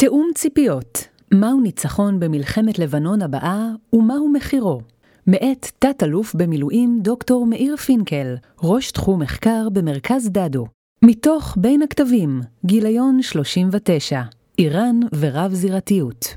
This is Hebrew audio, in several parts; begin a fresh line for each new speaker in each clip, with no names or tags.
תאום ציפיות, מהו ניצחון במלחמת לבנון הבאה ומהו מחירו? מאת תת-אלוף במילואים דוקטור מאיר פינקל, ראש תחום מחקר במרכז דדו. מתוך בין הכתבים, גיליון 39, איראן ורב זירתיות.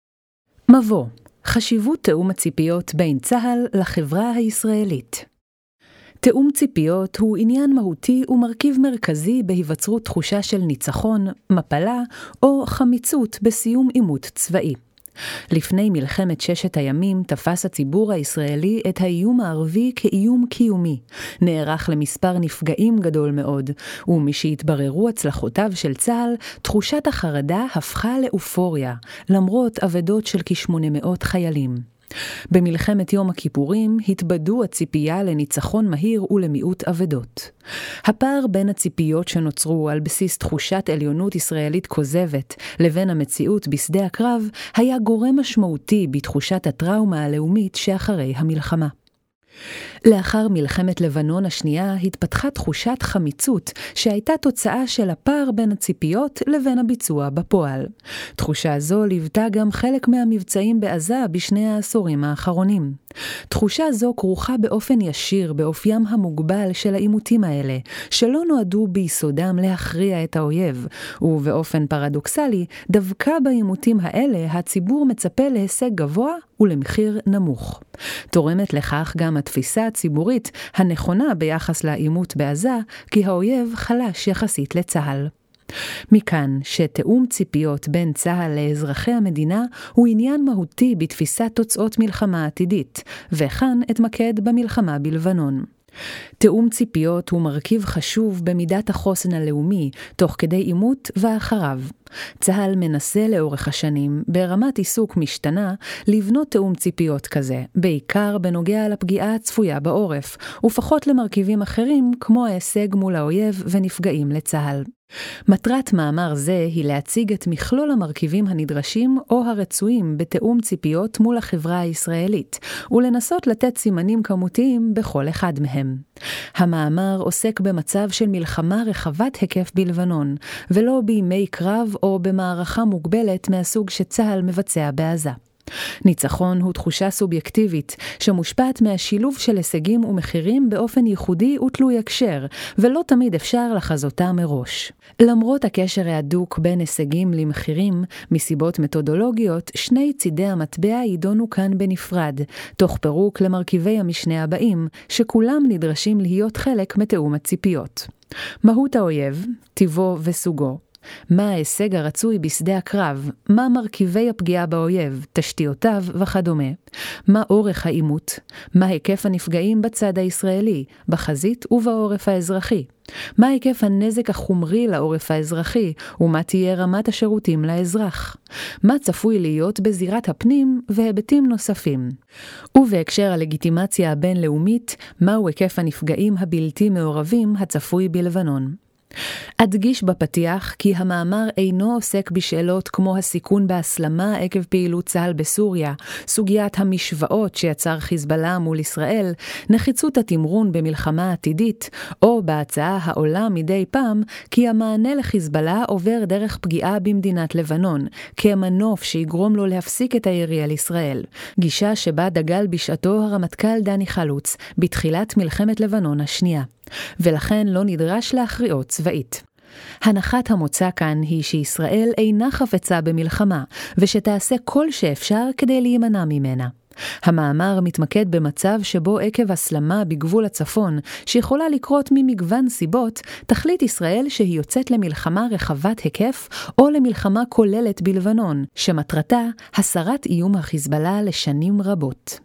מבוא, חשיבות תאום הציפיות בין צה"ל לחברה הישראלית. תאום ציפיות הוא עניין מהותי ומרכיב מרכזי בהיווצרות תחושה של ניצחון, מפלה או חמיצות בסיום עימות צבאי. לפני מלחמת ששת הימים תפס הציבור הישראלי את האיום הערבי כאיום קיומי. נערך למספר נפגעים גדול מאוד, ומשהתבררו הצלחותיו של צה"ל, תחושת החרדה הפכה לאופוריה, למרות אבדות של כ-800 חיילים. במלחמת יום הכיפורים התבדו הציפייה לניצחון מהיר ולמיעוט אבדות. הפער בין הציפיות שנוצרו על בסיס תחושת עליונות ישראלית כוזבת לבין המציאות בשדה הקרב היה גורם משמעותי בתחושת הטראומה הלאומית שאחרי המלחמה. לאחר מלחמת לבנון השנייה התפתחה תחושת חמיצות שהייתה תוצאה של הפער בין הציפיות לבין הביצוע בפועל. תחושה זו ליוותה גם חלק מהמבצעים בעזה בשני העשורים האחרונים. תחושה זו כרוכה באופן ישיר באופיים המוגבל של העימותים האלה, שלא נועדו ביסודם להכריע את האויב, ובאופן פרדוקסלי, דווקא בעימותים האלה הציבור מצפה להישג גבוה ולמחיר נמוך. תורמת לכך גם התפיסה הציבורית הנכונה ביחס לעימות בעזה, כי האויב חלש יחסית לצה"ל. מכאן שתאום ציפיות בין צה"ל לאזרחי המדינה הוא עניין מהותי בתפיסת תוצאות מלחמה עתידית, וכאן אתמקד במלחמה בלבנון. תאום ציפיות הוא מרכיב חשוב במידת החוסן הלאומי, תוך כדי עימות ואחריו. צה"ל מנסה לאורך השנים, ברמת עיסוק משתנה, לבנות תאום ציפיות כזה, בעיקר בנוגע לפגיעה הצפויה בעורף, ופחות למרכיבים אחרים כמו ההישג מול האויב ונפגעים לצה"ל. מטרת מאמר זה היא להציג את מכלול המרכיבים הנדרשים או הרצויים בתאום ציפיות מול החברה הישראלית, ולנסות לתת סימנים כמותיים בכל אחד מהם. המאמר עוסק במצב של מלחמה רחבת היקף בלבנון, ולא בימי קרב או במערכה מוגבלת מהסוג שצה"ל מבצע בעזה. ניצחון הוא תחושה סובייקטיבית שמושפעת מהשילוב של הישגים ומחירים באופן ייחודי ותלוי הקשר, ולא תמיד אפשר לחזותה מראש. למרות הקשר ההדוק בין הישגים למחירים, מסיבות מתודולוגיות, שני צידי המטבע יידונו כאן בנפרד, תוך פירוק למרכיבי המשנה הבאים, שכולם נדרשים להיות חלק מתאום הציפיות. מהות האויב, טיבו וסוגו. מה ההישג הרצוי בשדה הקרב, מה מרכיבי הפגיעה באויב, תשתיותיו וכדומה, מה אורך העימות, מה היקף הנפגעים בצד הישראלי, בחזית ובעורף האזרחי, מה היקף הנזק החומרי לעורף האזרחי, ומה תהיה רמת השירותים לאזרח, מה צפוי להיות בזירת הפנים והיבטים נוספים. ובהקשר הלגיטימציה הבינלאומית, מהו היקף הנפגעים הבלתי מעורבים הצפוי בלבנון. אדגיש בפתיח כי המאמר אינו עוסק בשאלות כמו הסיכון בהסלמה עקב פעילות צה"ל בסוריה, סוגיית המשוואות שיצר חיזבאללה מול ישראל, נחיצות התמרון במלחמה עתידית, או בהצעה העולה מדי פעם כי המענה לחיזבאללה עובר דרך פגיעה במדינת לבנון, כמנוף שיגרום לו להפסיק את הירי על ישראל. גישה שבה דגל בשעתו הרמטכ"ל דני חלוץ בתחילת מלחמת לבנון השנייה. ולכן לא נדרש להכריעות צבאית. הנחת המוצא כאן היא שישראל אינה חפצה במלחמה, ושתעשה כל שאפשר כדי להימנע ממנה. המאמר מתמקד במצב שבו עקב הסלמה בגבול הצפון, שיכולה לקרות ממגוון סיבות, תחליט ישראל שהיא יוצאת למלחמה רחבת היקף, או למלחמה כוללת בלבנון, שמטרתה הסרת איום החיזבאללה לשנים רבות.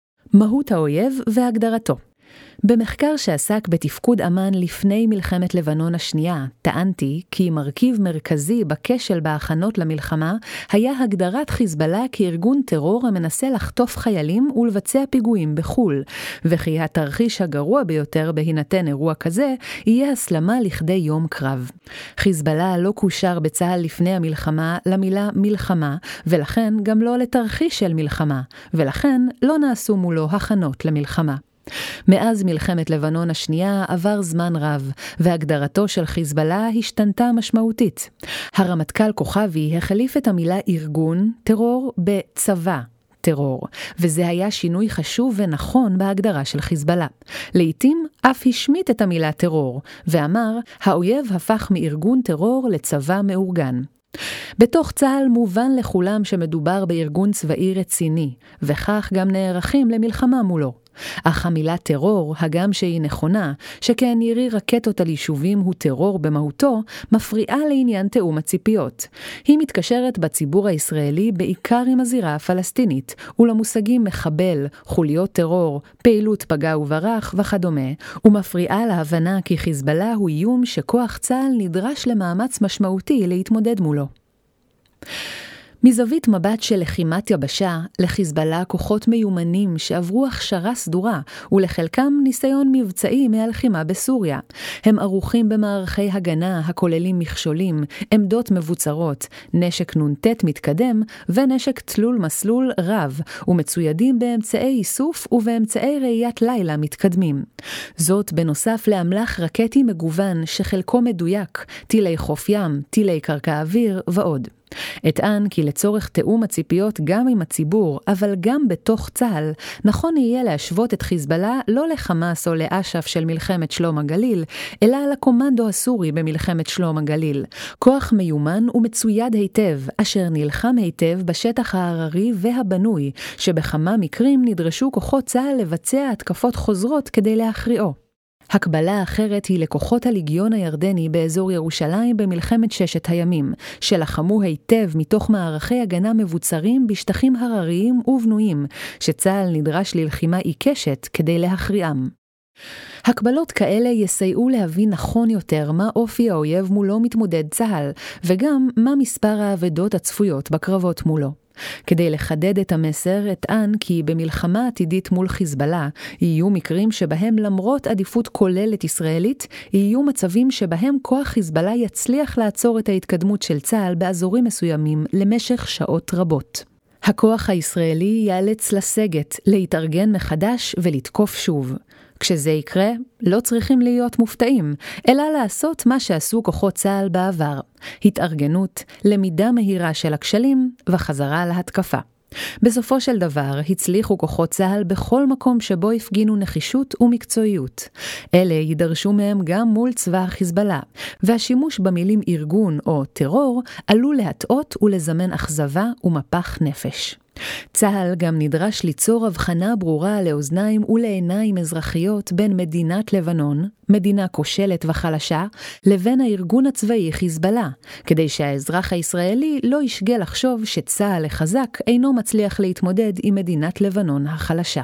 מהות האויב והגדרתו. במחקר שעסק בתפקוד אמן לפני מלחמת לבנון השנייה, טענתי כי מרכיב מרכזי בכשל בהכנות למלחמה היה הגדרת חיזבאללה כארגון טרור המנסה לחטוף חיילים ולבצע פיגועים בחול, וכי התרחיש הגרוע ביותר בהינתן אירוע כזה יהיה הסלמה לכדי יום קרב. חיזבאללה לא קושר בצה"ל לפני המלחמה למילה מלחמה, ולכן גם לא לתרחיש של מלחמה, ולכן לא נעשו מולו הכנות למלחמה. מאז מלחמת לבנון השנייה עבר זמן רב, והגדרתו של חיזבאללה השתנתה משמעותית. הרמטכ"ל כוכבי החליף את המילה ארגון טרור בצבא טרור, וזה היה שינוי חשוב ונכון בהגדרה של חיזבאללה. לעתים אף השמיט את המילה טרור, ואמר, האויב הפך מארגון טרור לצבא מאורגן. בתוך צה"ל מובן לכולם שמדובר בארגון צבאי רציני, וכך גם נערכים למלחמה מולו. אך המילה טרור, הגם שהיא נכונה, שכן ירי רקטות על יישובים הוא טרור במהותו, מפריעה לעניין תאום הציפיות. היא מתקשרת בציבור הישראלי בעיקר עם הזירה הפלסטינית, ולמושגים מחבל, חוליות טרור, פעילות פגע וברח וכדומה, ומפריעה להבנה כי חיזבאללה הוא איום שכוח צה"ל נדרש למאמץ משמעותי להתמודד מולו. מזווית מבט של לחימת יבשה, לחיזבאללה כוחות מיומנים שעברו הכשרה סדורה, ולחלקם ניסיון מבצעי מהלחימה בסוריה. הם ערוכים במערכי הגנה הכוללים מכשולים, עמדות מבוצרות, נשק נ"ט מתקדם ונשק תלול מסלול רב, ומצוידים באמצעי איסוף ובאמצעי ראיית לילה מתקדמים. זאת בנוסף לאמל"ח רקטי מגוון שחלקו מדויק, טילי חוף ים, טילי קרקע אוויר ועוד. אטען כי לצורך תאום הציפיות גם עם הציבור, אבל גם בתוך צה"ל, נכון יהיה להשוות את חיזבאללה לא לחמאס או לאש"ף של מלחמת שלום הגליל, אלא לקומנדו הסורי במלחמת שלום הגליל. כוח מיומן ומצויד היטב, אשר נלחם היטב בשטח ההררי והבנוי, שבכמה מקרים נדרשו כוחות צה"ל לבצע התקפות חוזרות כדי להכריעו. הקבלה האחרת היא לכוחות הליגיון הירדני באזור ירושלים במלחמת ששת הימים, שלחמו היטב מתוך מערכי הגנה מבוצרים בשטחים הרריים ובנויים, שצה"ל נדרש ללחימה עיקשת כדי להכריעם. הקבלות כאלה יסייעו להבין נכון יותר מה אופי האויב מולו מתמודד צה"ל, וגם מה מספר העבדות הצפויות בקרבות מולו. כדי לחדד את המסר, אטען כי במלחמה עתידית מול חיזבאללה יהיו מקרים שבהם למרות עדיפות כוללת ישראלית, יהיו מצבים שבהם כוח חיזבאללה יצליח לעצור את ההתקדמות של צה"ל באזורים מסוימים למשך שעות רבות. הכוח הישראלי ייאלץ לסגת, להתארגן מחדש ולתקוף שוב. כשזה יקרה, לא צריכים להיות מופתעים, אלא לעשות מה שעשו כוחות צה"ל בעבר. התארגנות, למידה מהירה של הכשלים וחזרה להתקפה. בסופו של דבר הצליחו כוחות צה"ל בכל מקום שבו הפגינו נחישות ומקצועיות. אלה יידרשו מהם גם מול צבא החיזבאללה, והשימוש במילים ארגון או טרור עלול להטעות ולזמן אכזבה ומפח נפש. צה"ל גם נדרש ליצור הבחנה ברורה לאוזניים ולעיניים אזרחיות בין מדינת לבנון, מדינה כושלת וחלשה, לבין הארגון הצבאי חיזבאללה, כדי שהאזרח הישראלי לא ישגה לחשוב שצה"ל החזק אינו מצליח להתמודד עם מדינת לבנון החלשה.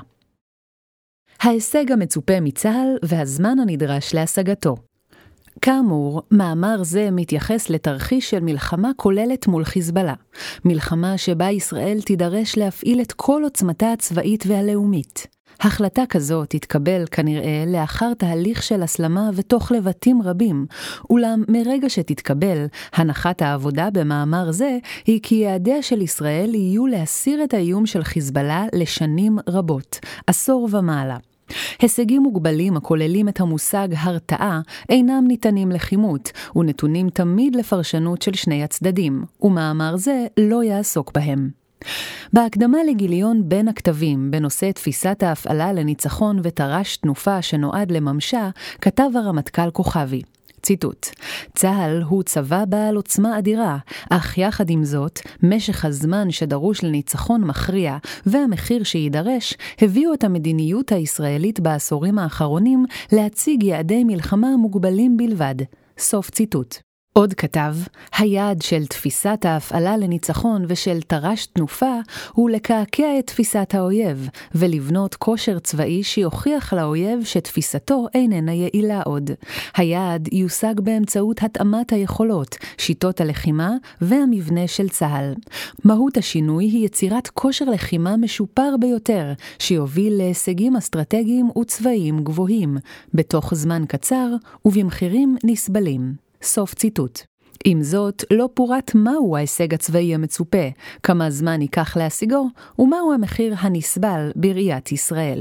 ההישג המצופה מצה"ל והזמן הנדרש להשגתו. כאמור, מאמר זה מתייחס לתרחיש של מלחמה כוללת מול חיזבאללה. מלחמה שבה ישראל תידרש להפעיל את כל עוצמתה הצבאית והלאומית. החלטה כזאת תתקבל כנראה לאחר תהליך של הסלמה ותוך לבטים רבים, אולם מרגע שתתקבל, הנחת העבודה במאמר זה היא כי יעדיה של ישראל יהיו להסיר את האיום של חיזבאללה לשנים רבות, עשור ומעלה. הישגים מוגבלים הכוללים את המושג הרתעה אינם ניתנים לכימות ונתונים תמיד לפרשנות של שני הצדדים, ומאמר זה לא יעסוק בהם. בהקדמה לגיליון בין הכתבים בנושא תפיסת ההפעלה לניצחון ותר"ש תנופה שנועד לממשה, כתב הרמטכ"ל כוכבי. ציטוט: צה"ל הוא צבא בעל עוצמה אדירה, אך יחד עם זאת, משך הזמן שדרוש לניצחון מכריע והמחיר שידרש, הביאו את המדיניות הישראלית בעשורים האחרונים להציג יעדי מלחמה מוגבלים בלבד. סוף ציטוט. עוד כתב, היעד של תפיסת ההפעלה לניצחון ושל תר"ש תנופה הוא לקעקע את תפיסת האויב ולבנות כושר צבאי שיוכיח לאויב שתפיסתו איננה יעילה עוד. היעד יושג באמצעות התאמת היכולות, שיטות הלחימה והמבנה של צה"ל. מהות השינוי היא יצירת כושר לחימה משופר ביותר, שיוביל להישגים אסטרטגיים וצבאיים גבוהים, בתוך זמן קצר ובמחירים נסבלים. סוף ציטוט. עם זאת, לא פורט מהו ההישג הצבאי המצופה, כמה זמן ייקח להשיגו, ומהו המחיר הנסבל בראיית ישראל.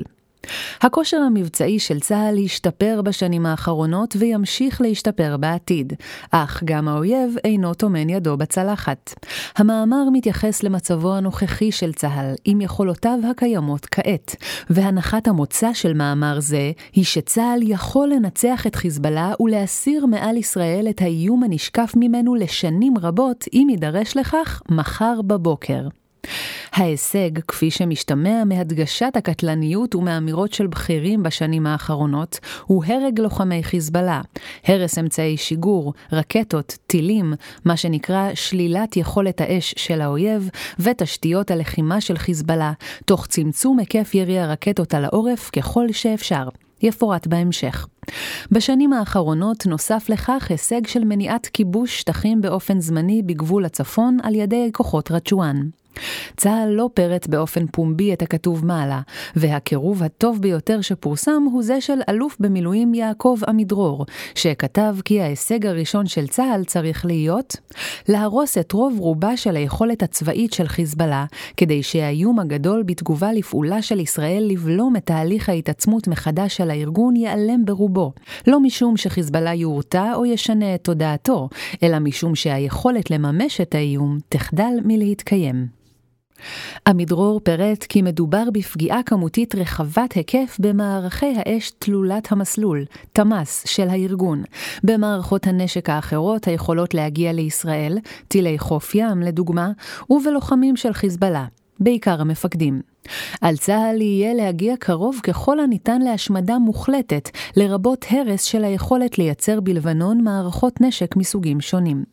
הכושר המבצעי של צה"ל השתפר בשנים האחרונות וימשיך להשתפר בעתיד, אך גם האויב אינו טומן ידו בצלחת. המאמר מתייחס למצבו הנוכחי של צה"ל עם יכולותיו הקיימות כעת, והנחת המוצא של מאמר זה היא שצה"ל יכול לנצח את חיזבאללה ולהסיר מעל ישראל את האיום הנשקף ממנו לשנים רבות אם יידרש לכך מחר בבוקר. ההישג, כפי שמשתמע מהדגשת הקטלניות ומאמירות של בכירים בשנים האחרונות, הוא הרג לוחמי חיזבאללה, הרס אמצעי שיגור, רקטות, טילים, מה שנקרא שלילת יכולת האש של האויב ותשתיות הלחימה של חיזבאללה, תוך צמצום היקף ירי הרקטות על העורף ככל שאפשר. יפורט בהמשך. בשנים האחרונות נוסף לכך הישג של מניעת כיבוש שטחים באופן זמני בגבול הצפון על ידי כוחות רצ'ואן. צה"ל לא פרט באופן פומבי את הכתוב מעלה, והקירוב הטוב ביותר שפורסם הוא זה של אלוף במילואים יעקב עמידרור, שכתב כי ההישג הראשון של צה"ל צריך להיות להרוס את רוב רובה של היכולת הצבאית של חיזבאללה, כדי שהאיום הגדול בתגובה לפעולה של ישראל לבלום את תהליך ההתעצמות מחדש של הארגון ייעלם ברובו, לא משום שחיזבאללה יורתע או ישנה את תודעתו, אלא משום שהיכולת לממש את האיום תחדל מלהתקיים. עמידרור פרט כי מדובר בפגיעה כמותית רחבת היקף במערכי האש תלולת המסלול, תמ"ס של הארגון, במערכות הנשק האחרות היכולות להגיע לישראל, טילי חוף ים לדוגמה, ובלוחמים של חיזבאללה, בעיקר המפקדים. על צה"ל יהיה להגיע קרוב ככל הניתן להשמדה מוחלטת, לרבות הרס של היכולת לייצר בלבנון מערכות נשק מסוגים שונים.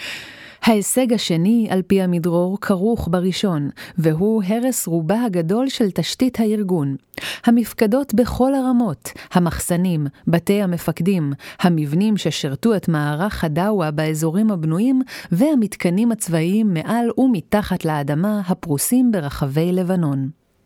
ההישג השני, על פי עמידרור, כרוך בראשון, והוא הרס רובה הגדול של תשתית הארגון. המפקדות בכל הרמות, המחסנים, בתי המפקדים, המבנים ששרתו את מערך הדאווה באזורים הבנויים, והמתקנים הצבאיים מעל ומתחת לאדמה הפרוסים ברחבי לבנון.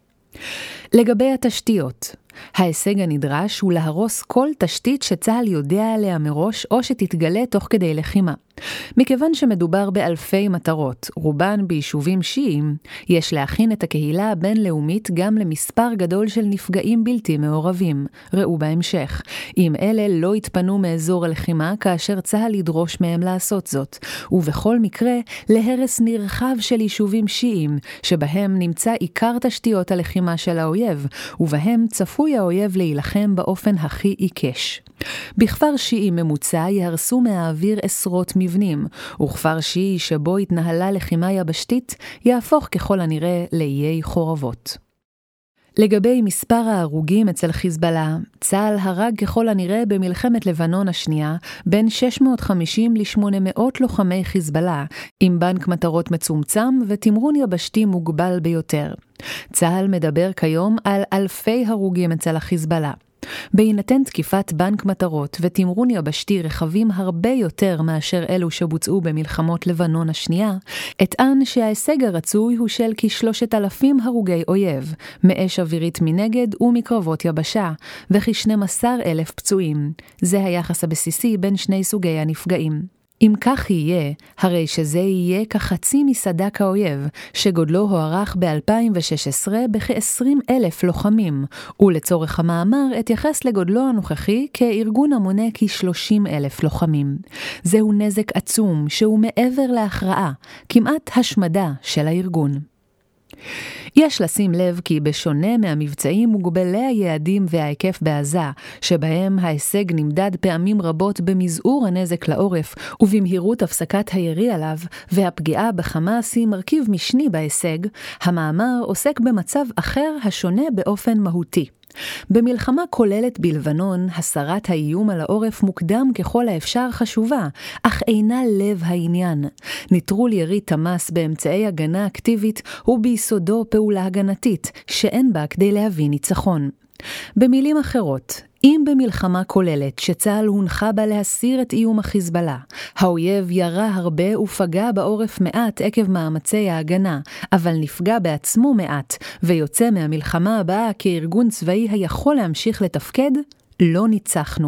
לגבי התשתיות, ההישג הנדרש הוא להרוס כל תשתית שצה"ל יודע עליה מראש או שתתגלה תוך כדי לחימה. מכיוון שמדובר באלפי מטרות, רובן ביישובים שיעים, יש להכין את הקהילה הבינלאומית גם למספר גדול של נפגעים בלתי מעורבים. ראו בהמשך. אם אלה לא יתפנו מאזור הלחימה כאשר צה"ל ידרוש מהם לעשות זאת, ובכל מקרה להרס נרחב של יישובים שיעים, שבהם נמצא עיקר תשתיות הלחימה של האויב, ובהם צפוי האויב להילחם באופן הכי עיקש. בכפר שיעי ממוצע יהרסו מהאוויר עשרות מבנים, וכפר שיעי שבו התנהלה לחימה יבשתית יהפוך ככל הנראה לאיי חורבות. לגבי מספר ההרוגים אצל חיזבאללה, צה"ל הרג ככל הנראה במלחמת לבנון השנייה בין 650 ל-800 לוחמי חיזבאללה, עם בנק מטרות מצומצם ותמרון יבשתי מוגבל ביותר. צה"ל מדבר כיום על אלפי הרוגים אצל החיזבאללה. בהינתן תקיפת בנק מטרות ותמרון יבשתי רחבים הרבה יותר מאשר אלו שבוצעו במלחמות לבנון השנייה, אטען שההישג הרצוי הוא של כ-3,000 הרוגי אויב, מאש אווירית מנגד ומקרבות יבשה, וכ-12,000 פצועים. זה היחס הבסיסי בין שני סוגי הנפגעים. אם כך יהיה, הרי שזה יהיה כחצי מסדק האויב, שגודלו הוערך ב-2016 בכ-20,000 לוחמים, ולצורך המאמר התייחס לגודלו הנוכחי כארגון המונה כ-30,000 לוחמים. זהו נזק עצום שהוא מעבר להכרעה, כמעט השמדה של הארגון. יש לשים לב כי בשונה מהמבצעים מוגבלי היעדים וההיקף בעזה, שבהם ההישג נמדד פעמים רבות במזעור הנזק לעורף ובמהירות הפסקת הירי עליו, והפגיעה בחמאס היא מרכיב משני בהישג, המאמר עוסק במצב אחר השונה באופן מהותי. במלחמה כוללת בלבנון, הסרת האיום על העורף מוקדם ככל האפשר חשובה, אך אינה לב העניין. נטרול ירי תמ"ס באמצעי הגנה אקטיבית הוא ביסודו פעולה הגנתית, שאין בה כדי להביא ניצחון. במילים אחרות, אם במלחמה כוללת שצה"ל הונחה בה להסיר את איום החיזבאללה, האויב ירה הרבה ופגע בעורף מעט עקב מאמצי ההגנה, אבל נפגע בעצמו מעט, ויוצא מהמלחמה הבאה כארגון צבאי היכול להמשיך לתפקד, לא ניצחנו.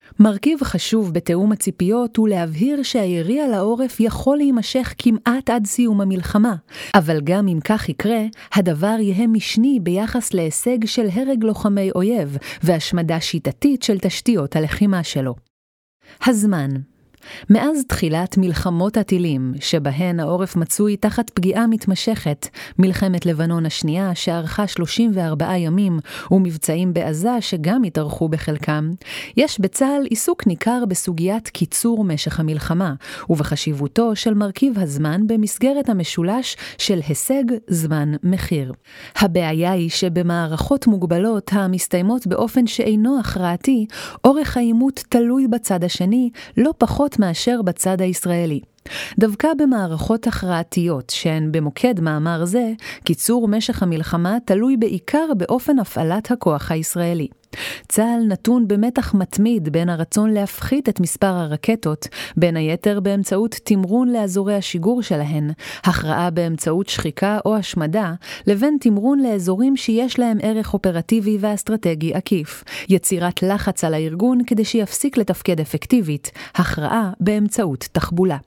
מרכיב חשוב בתאום הציפיות הוא להבהיר שהירי על העורף יכול להימשך כמעט עד סיום המלחמה, אבל גם אם כך יקרה, הדבר יהיה משני ביחס להישג של הרג לוחמי אויב והשמדה שיטתית של תשתיות הלחימה שלו. הזמן. מאז תחילת מלחמות הטילים, שבהן העורף מצוי תחת פגיעה מתמשכת, מלחמת לבנון השנייה שארכה 34 ימים, ומבצעים בעזה שגם התארכו בחלקם, יש בצה"ל עיסוק ניכר בסוגיית קיצור משך המלחמה, ובחשיבותו של מרכיב הזמן במסגרת המשולש של הישג, זמן, מחיר. הבעיה היא שבמערכות מוגבלות המסתיימות באופן שאינו הכרעתי, אורך העימות תלוי בצד השני, לא פחות מאשר בצד הישראלי. דווקא במערכות הכרעתיות שהן במוקד מאמר זה, קיצור משך המלחמה תלוי בעיקר באופן הפעלת הכוח הישראלי. צה"ל נתון במתח מתמיד בין הרצון להפחית את מספר הרקטות, בין היתר באמצעות תמרון לאזורי השיגור שלהן, הכרעה באמצעות שחיקה או השמדה, לבין תמרון לאזורים שיש להם ערך אופרטיבי ואסטרטגי עקיף, יצירת לחץ על הארגון כדי שיפסיק לתפקד אפקטיבית, הכרעה באמצעות תחבולה.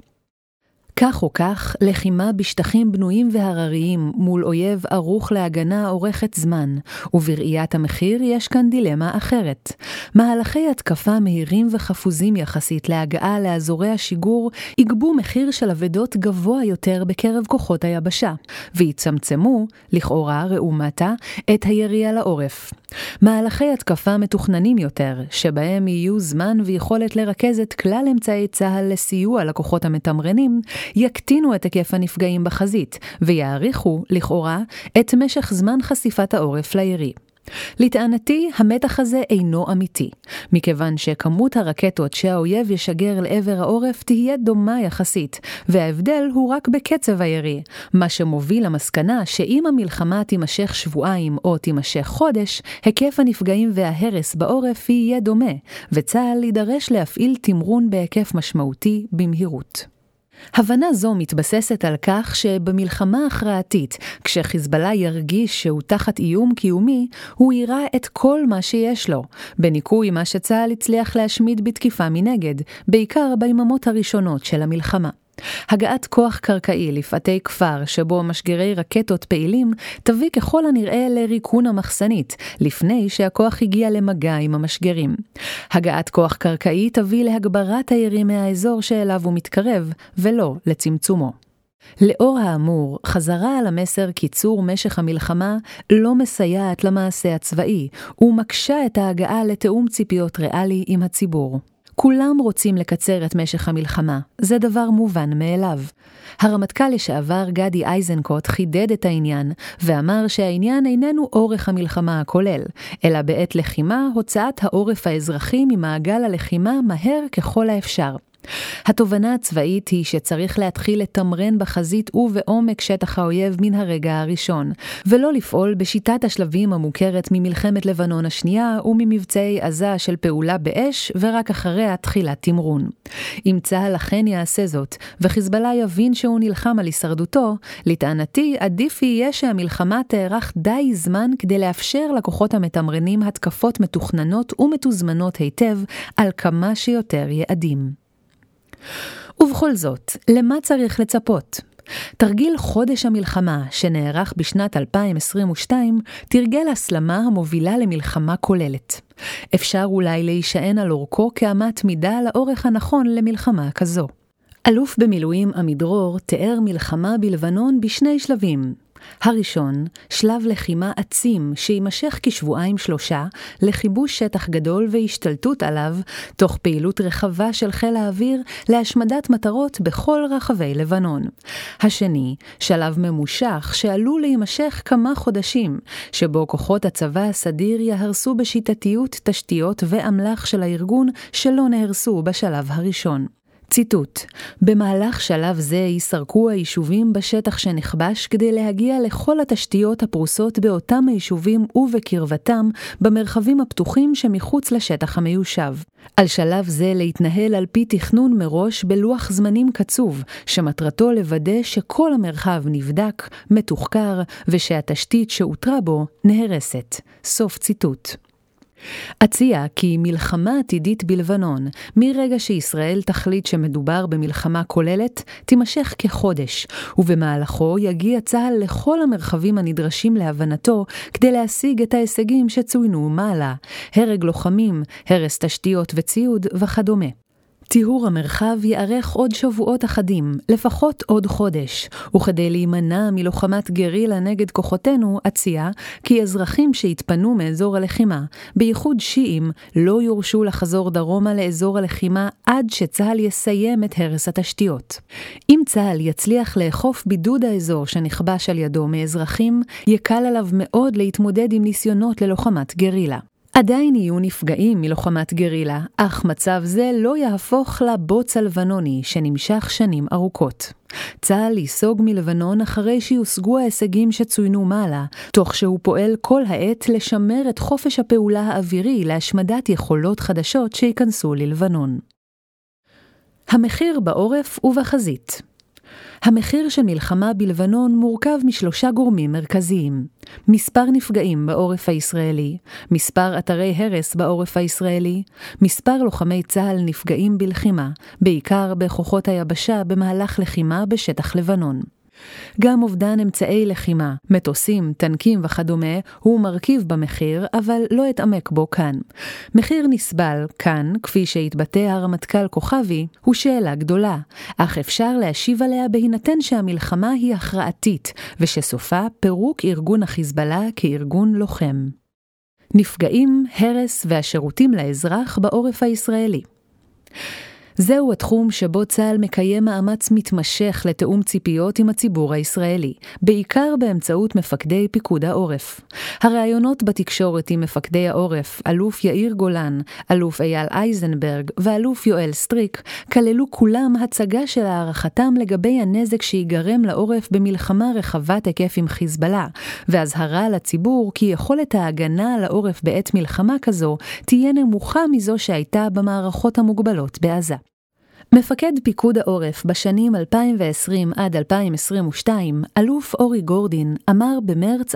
כך או כך, לחימה בשטחים בנויים והרריים מול אויב ערוך להגנה אורכת זמן, ובראיית המחיר יש כאן דילמה אחרת. מהלכי התקפה מהירים וחפוזים יחסית להגעה לאזורי השיגור יגבו מחיר של עבדות גבוה יותר בקרב כוחות היבשה, ויצמצמו, לכאורה ראומתה, את הירי על העורף. מהלכי התקפה מתוכננים יותר, שבהם יהיו זמן ויכולת לרכז את כלל אמצעי צה"ל לסיוע לכוחות המתמרנים, יקטינו את היקף הנפגעים בחזית, ויעריכו, לכאורה, את משך זמן חשיפת העורף לירי. לטענתי, המתח הזה אינו אמיתי, מכיוון שכמות הרקטות שהאויב ישגר לעבר העורף תהיה דומה יחסית, וההבדל הוא רק בקצב הירי, מה שמוביל למסקנה שאם המלחמה תימשך שבועיים או תימשך חודש, היקף הנפגעים וההרס בעורף יהיה דומה, וצה"ל יידרש להפעיל תמרון בהיקף משמעותי במהירות. הבנה זו מתבססת על כך שבמלחמה הכרעתית, כשחיזבאללה ירגיש שהוא תחת איום קיומי, הוא יראה את כל מה שיש לו, בניקוי מה שצה"ל הצליח להשמיד בתקיפה מנגד, בעיקר ביממות הראשונות של המלחמה. הגעת כוח קרקעי לפאתי כפר שבו משגרי רקטות פעילים תביא ככל הנראה לריקון המחסנית, לפני שהכוח הגיע למגע עם המשגרים. הגעת כוח קרקעי תביא להגברת הירי מהאזור שאליו הוא מתקרב, ולא לצמצומו. לאור האמור, חזרה על המסר קיצור משך המלחמה לא מסייעת למעשה הצבאי, ומקשה את ההגעה לתאום ציפיות ריאלי עם הציבור. כולם רוצים לקצר את משך המלחמה, זה דבר מובן מאליו. הרמטכ"ל לשעבר גדי איזנקוט חידד את העניין, ואמר שהעניין איננו אורך המלחמה הכולל, אלא בעת לחימה הוצאת העורף האזרחי ממעגל הלחימה מהר ככל האפשר. התובנה הצבאית היא שצריך להתחיל לתמרן בחזית ובעומק שטח האויב מן הרגע הראשון, ולא לפעול בשיטת השלבים המוכרת ממלחמת לבנון השנייה וממבצעי עזה של פעולה באש ורק אחריה תחילת תמרון. אם צה"ל אכן יעשה זאת, וחיזבאללה יבין שהוא נלחם על הישרדותו, לטענתי עדיף יהיה שהמלחמה תארך די זמן כדי לאפשר לכוחות המתמרנים התקפות מתוכננות ומתוזמנות היטב על כמה שיותר יעדים. ובכל זאת, למה צריך לצפות? תרגיל חודש המלחמה שנערך בשנת 2022 תרגל הסלמה המובילה למלחמה כוללת. אפשר אולי להישען על אורכו כאמת מידה לאורך הנכון למלחמה כזו. אלוף במילואים עמידרור תיאר מלחמה בלבנון בשני שלבים. הראשון, שלב לחימה עצים שימשך כשבועיים-שלושה לכיבוש שטח גדול והשתלטות עליו, תוך פעילות רחבה של חיל האוויר להשמדת מטרות בכל רחבי לבנון. השני, שלב ממושך שעלול להימשך כמה חודשים, שבו כוחות הצבא הסדיר יהרסו בשיטתיות תשתיות ואמל"ח של הארגון שלא נהרסו בשלב הראשון. ציטוט: במהלך שלב זה יסרקו היישובים בשטח שנכבש כדי להגיע לכל התשתיות הפרוסות באותם היישובים ובקרבתם במרחבים הפתוחים שמחוץ לשטח המיושב. על שלב זה להתנהל על פי תכנון מראש בלוח זמנים קצוב, שמטרתו לוודא שכל המרחב נבדק, מתוחקר, ושהתשתית שאותרה בו נהרסת. סוף ציטוט. אציע כי מלחמה עתידית בלבנון, מרגע שישראל תחליט שמדובר במלחמה כוללת, תימשך כחודש, ובמהלכו יגיע צה"ל לכל המרחבים הנדרשים להבנתו כדי להשיג את ההישגים שצוינו מעלה, הרג לוחמים, הרס תשתיות וציוד וכדומה. טיהור המרחב יארך עוד שבועות אחדים, לפחות עוד חודש, וכדי להימנע מלוחמת גרילה נגד כוחותינו, אציע כי אזרחים שהתפנו מאזור הלחימה, בייחוד שיעים, לא יורשו לחזור דרומה לאזור הלחימה עד שצה"ל יסיים את הרס התשתיות. אם צה"ל יצליח לאכוף בידוד האזור שנכבש על ידו מאזרחים, יקל עליו מאוד להתמודד עם ניסיונות ללוחמת גרילה. עדיין יהיו נפגעים מלוחמת גרילה, אך מצב זה לא יהפוך לבוץ הלבנוני שנמשך שנים ארוכות. צה"ל ייסוג מלבנון אחרי שיושגו ההישגים שצוינו מעלה, תוך שהוא פועל כל העת לשמר את חופש הפעולה האווירי להשמדת יכולות חדשות שיכנסו ללבנון. המחיר בעורף ובחזית. המחיר של מלחמה בלבנון מורכב משלושה גורמים מרכזיים: מספר נפגעים בעורף הישראלי, מספר אתרי הרס בעורף הישראלי, מספר לוחמי צה"ל נפגעים בלחימה, בעיקר בכוחות היבשה במהלך לחימה בשטח לבנון. גם אובדן אמצעי לחימה, מטוסים, טנקים וכדומה, הוא מרכיב במחיר, אבל לא אתעמק בו כאן. מחיר נסבל כאן, כפי שהתבטא הרמטכ"ל כוכבי, הוא שאלה גדולה, אך אפשר להשיב עליה בהינתן שהמלחמה היא הכרעתית, ושסופה פירוק ארגון החיזבאללה כארגון לוחם. נפגעים, הרס והשירותים לאזרח בעורף הישראלי. זהו התחום שבו צה"ל מקיים מאמץ מתמשך לתאום ציפיות עם הציבור הישראלי, בעיקר באמצעות מפקדי פיקוד העורף. הראיונות בתקשורת עם מפקדי העורף, אלוף יאיר גולן, אלוף אייל אייזנברג ואלוף יואל סטריק, כללו כולם הצגה של הערכתם לגבי הנזק שיגרם לעורף במלחמה רחבת היקף עם חיזבאללה, והזהרה לציבור כי יכולת ההגנה על העורף בעת מלחמה כזו תהיה נמוכה מזו שהייתה במערכות המוגבלות בעזה. מפקד פיקוד העורף בשנים 2020 עד 2022, אלוף אורי גורדין, אמר במרץ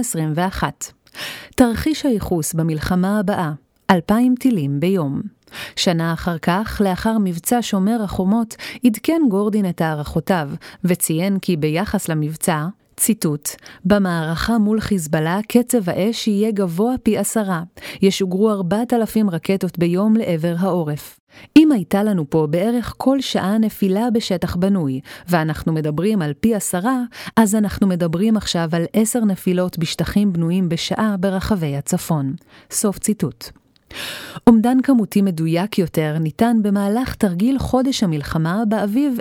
2021, תרחיש הייחוס במלחמה הבאה, 2,000 טילים ביום. שנה אחר כך, לאחר מבצע שומר החומות, עדכן גורדין את הערכותיו, וציין כי ביחס למבצע, ציטוט, במערכה מול חיזבאללה קצב האש יהיה גבוה פי 10, ישוגרו 4,000 רקטות ביום לעבר העורף. אם הייתה לנו פה בערך כל שעה נפילה בשטח בנוי, ואנחנו מדברים על פי 10, אז אנחנו מדברים עכשיו על 10 נפילות בשטחים בנויים בשעה ברחבי הצפון. סוף ציטוט. אומדן כמותי מדויק יותר ניתן במהלך תרגיל חודש המלחמה באביב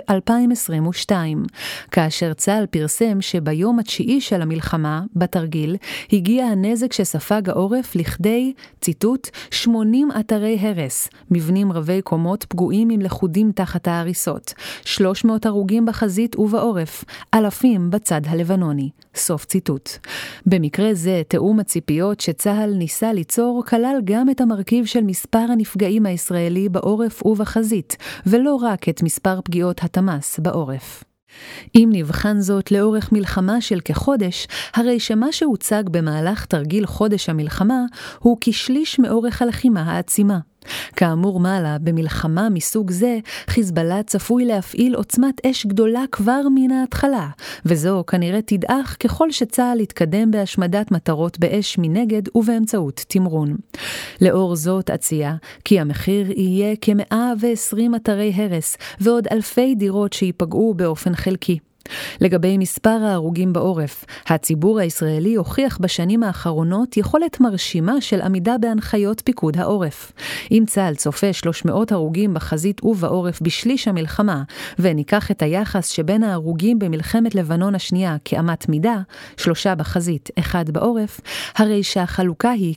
2022, כאשר צה"ל פרסם שביום התשיעי של המלחמה, בתרגיל, הגיע הנזק שספג העורף לכדי, ציטוט, 80 אתרי הרס, מבנים רבי קומות פגועים עם לחודים תחת ההריסות, 300 הרוגים בחזית ובעורף, אלפים בצד הלבנוני. סוף ציטוט. במקרה זה, תאום הציפיות שצה"ל ניסה ליצור כלל גם את המרכיב של מספר הנפגעים הישראלי בעורף ובחזית, ולא רק את מספר פגיעות התמ"ס בעורף. אם נבחן זאת לאורך מלחמה של כחודש, הרי שמה שהוצג במהלך תרגיל חודש המלחמה הוא כשליש מאורך הלחימה העצימה. כאמור מעלה, במלחמה מסוג זה, חיזבאללה צפוי להפעיל עוצמת אש גדולה כבר מן ההתחלה, וזו כנראה תדעך ככל שצה"ל יתקדם בהשמדת מטרות באש מנגד ובאמצעות תמרון. לאור זאת אציע, כי המחיר יהיה כ-120 אתרי הרס ועוד אלפי דירות שיפגעו באופן חלקי. לגבי מספר ההרוגים בעורף, הציבור הישראלי הוכיח בשנים האחרונות יכולת מרשימה של עמידה בהנחיות פיקוד העורף. אם צה"ל צופה 300 הרוגים בחזית ובעורף בשליש המלחמה, וניקח את היחס שבין ההרוגים במלחמת לבנון השנייה כאמת מידה, 3 בחזית, 1 בעורף, הרי שהחלוקה היא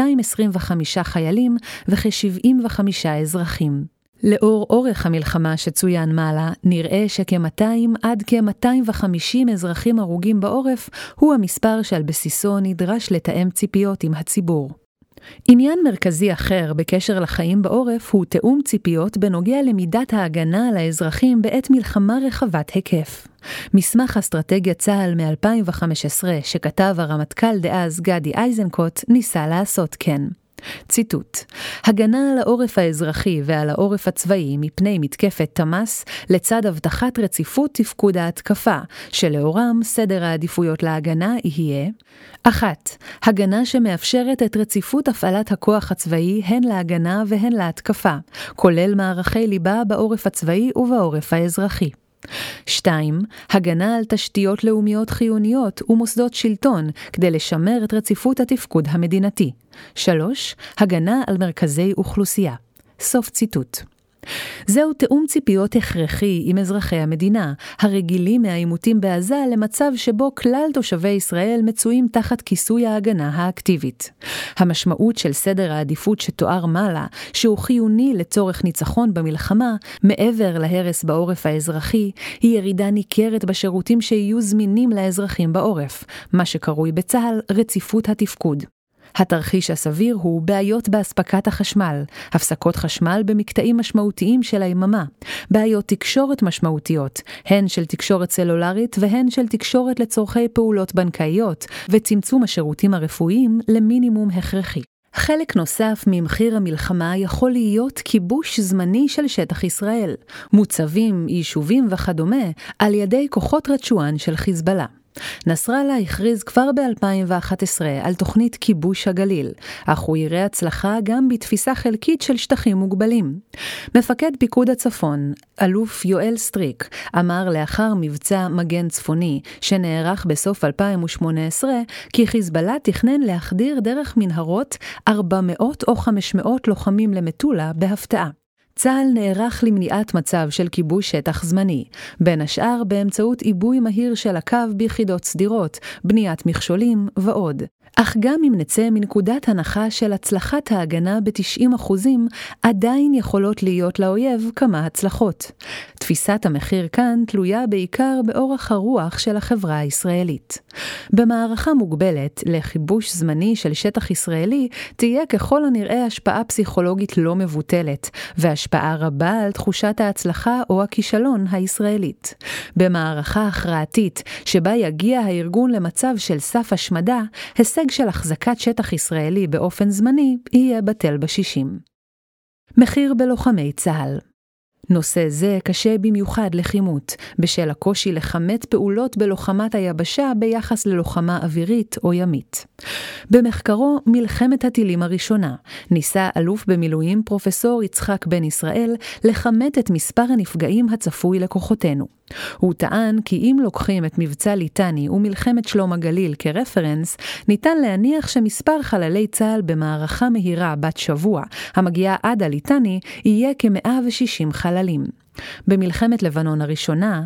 כ-225 חיילים וכ-75 אזרחים. לאור אורך המלחמה שצוין מעלה, נראה שכ-200 עד כ-250 אזרחים הרוגים בעורף הוא המספר שעל בסיסו נדרש לתאם ציפיות עם הציבור. עניין מרכזי אחר בקשר לחיים בעורף הוא תאום ציפיות בנוגע למידת ההגנה על האזרחים בעת מלחמה רחבת היקף. מסמך אסטרטגיה צה"ל מ-2015 שכתב הרמטכ"ל דאז גדי איזנקוט ניסה לעשות כן. ציטוט: הגנה על העורף האזרחי ועל העורף הצבאי מפני מתקפת תמ"ס לצד הבטחת רציפות תפקוד ההתקפה, שלאורם סדר העדיפויות להגנה יהיה 1. הגנה שמאפשרת את רציפות הפעלת הכוח הצבאי הן להגנה והן להתקפה, כולל מערכי ליבה בעורף הצבאי ובעורף האזרחי. 2. הגנה על תשתיות לאומיות חיוניות ומוסדות שלטון כדי לשמר את רציפות התפקוד המדינתי. 3. הגנה על מרכזי אוכלוסייה. סוף ציטוט. זהו תאום ציפיות הכרחי עם אזרחי המדינה, הרגילים מהעימותים בעזה למצב שבו כלל תושבי ישראל מצויים תחת כיסוי ההגנה האקטיבית. המשמעות של סדר העדיפות שתואר מעלה, שהוא חיוני לצורך ניצחון במלחמה, מעבר להרס בעורף האזרחי, היא ירידה ניכרת בשירותים שיהיו זמינים לאזרחים בעורף, מה שקרוי בצה"ל רציפות התפקוד. התרחיש הסביר הוא בעיות בהספקת החשמל, הפסקות חשמל במקטעים משמעותיים של היממה, בעיות תקשורת משמעותיות, הן של תקשורת סלולרית והן של תקשורת לצורכי פעולות בנקאיות, וצמצום השירותים הרפואיים למינימום הכרחי. חלק נוסף ממחיר המלחמה יכול להיות כיבוש זמני של שטח ישראל, מוצבים, יישובים וכדומה, על ידי כוחות רצ'ואן של חיזבאללה. נסראללה הכריז כבר ב-2011 על תוכנית כיבוש הגליל, אך הוא יראה הצלחה גם בתפיסה חלקית של שטחים מוגבלים. מפקד פיקוד הצפון, אלוף יואל סטריק, אמר לאחר מבצע מגן צפוני, שנערך בסוף 2018, כי חיזבאללה תכנן להחדיר דרך מנהרות 400 או 500 לוחמים למטולה בהפתעה. צה"ל נערך למניעת מצב של כיבוש שטח זמני, בין השאר באמצעות עיבוי מהיר של הקו ביחידות סדירות, בניית מכשולים ועוד. אך גם אם נצא מנקודת הנחה של הצלחת ההגנה ב-90%, עדיין יכולות להיות לאויב כמה הצלחות. תפיסת המחיר כאן תלויה בעיקר באורח הרוח של החברה הישראלית. במערכה מוגבלת לכיבוש זמני של שטח ישראלי תהיה ככל הנראה השפעה פסיכולוגית לא מבוטלת, והשפעה רבה על תחושת ההצלחה או הכישלון הישראלית. במערכה הכרעתית שבה יגיע הארגון למצב של סף השמדה, הישג של החזקת שטח ישראלי באופן זמני יהיה בטל בשישים. מחיר בלוחמי צה"ל. נושא זה קשה במיוחד לכימות, בשל הקושי לכמת פעולות בלוחמת היבשה ביחס ללוחמה אווירית או ימית. במחקרו מלחמת הטילים הראשונה, ניסה אלוף במילואים פרופסור יצחק בן ישראל לכמת את מספר הנפגעים הצפוי לכוחותינו. הוא טען כי אם לוקחים את מבצע ליטני ומלחמת שלום הגליל כרפרנס, ניתן להניח שמספר חללי צה"ל במערכה מהירה בת שבוע, המגיעה עד הליטני, יהיה כ-160 חללים. במלחמת לבנון הראשונה,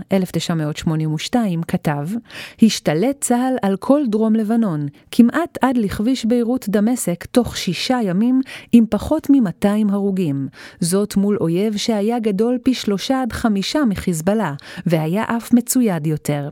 1982, כתב, השתלט צה"ל על כל דרום לבנון, כמעט עד לכביש ביירות דמשק תוך 6 ימים עם פחות מ-200 הרוגים. זאת מול אויב שהיה גדול פי 3 עד 5 מחיזבאללה, והיה אף מצויד יותר.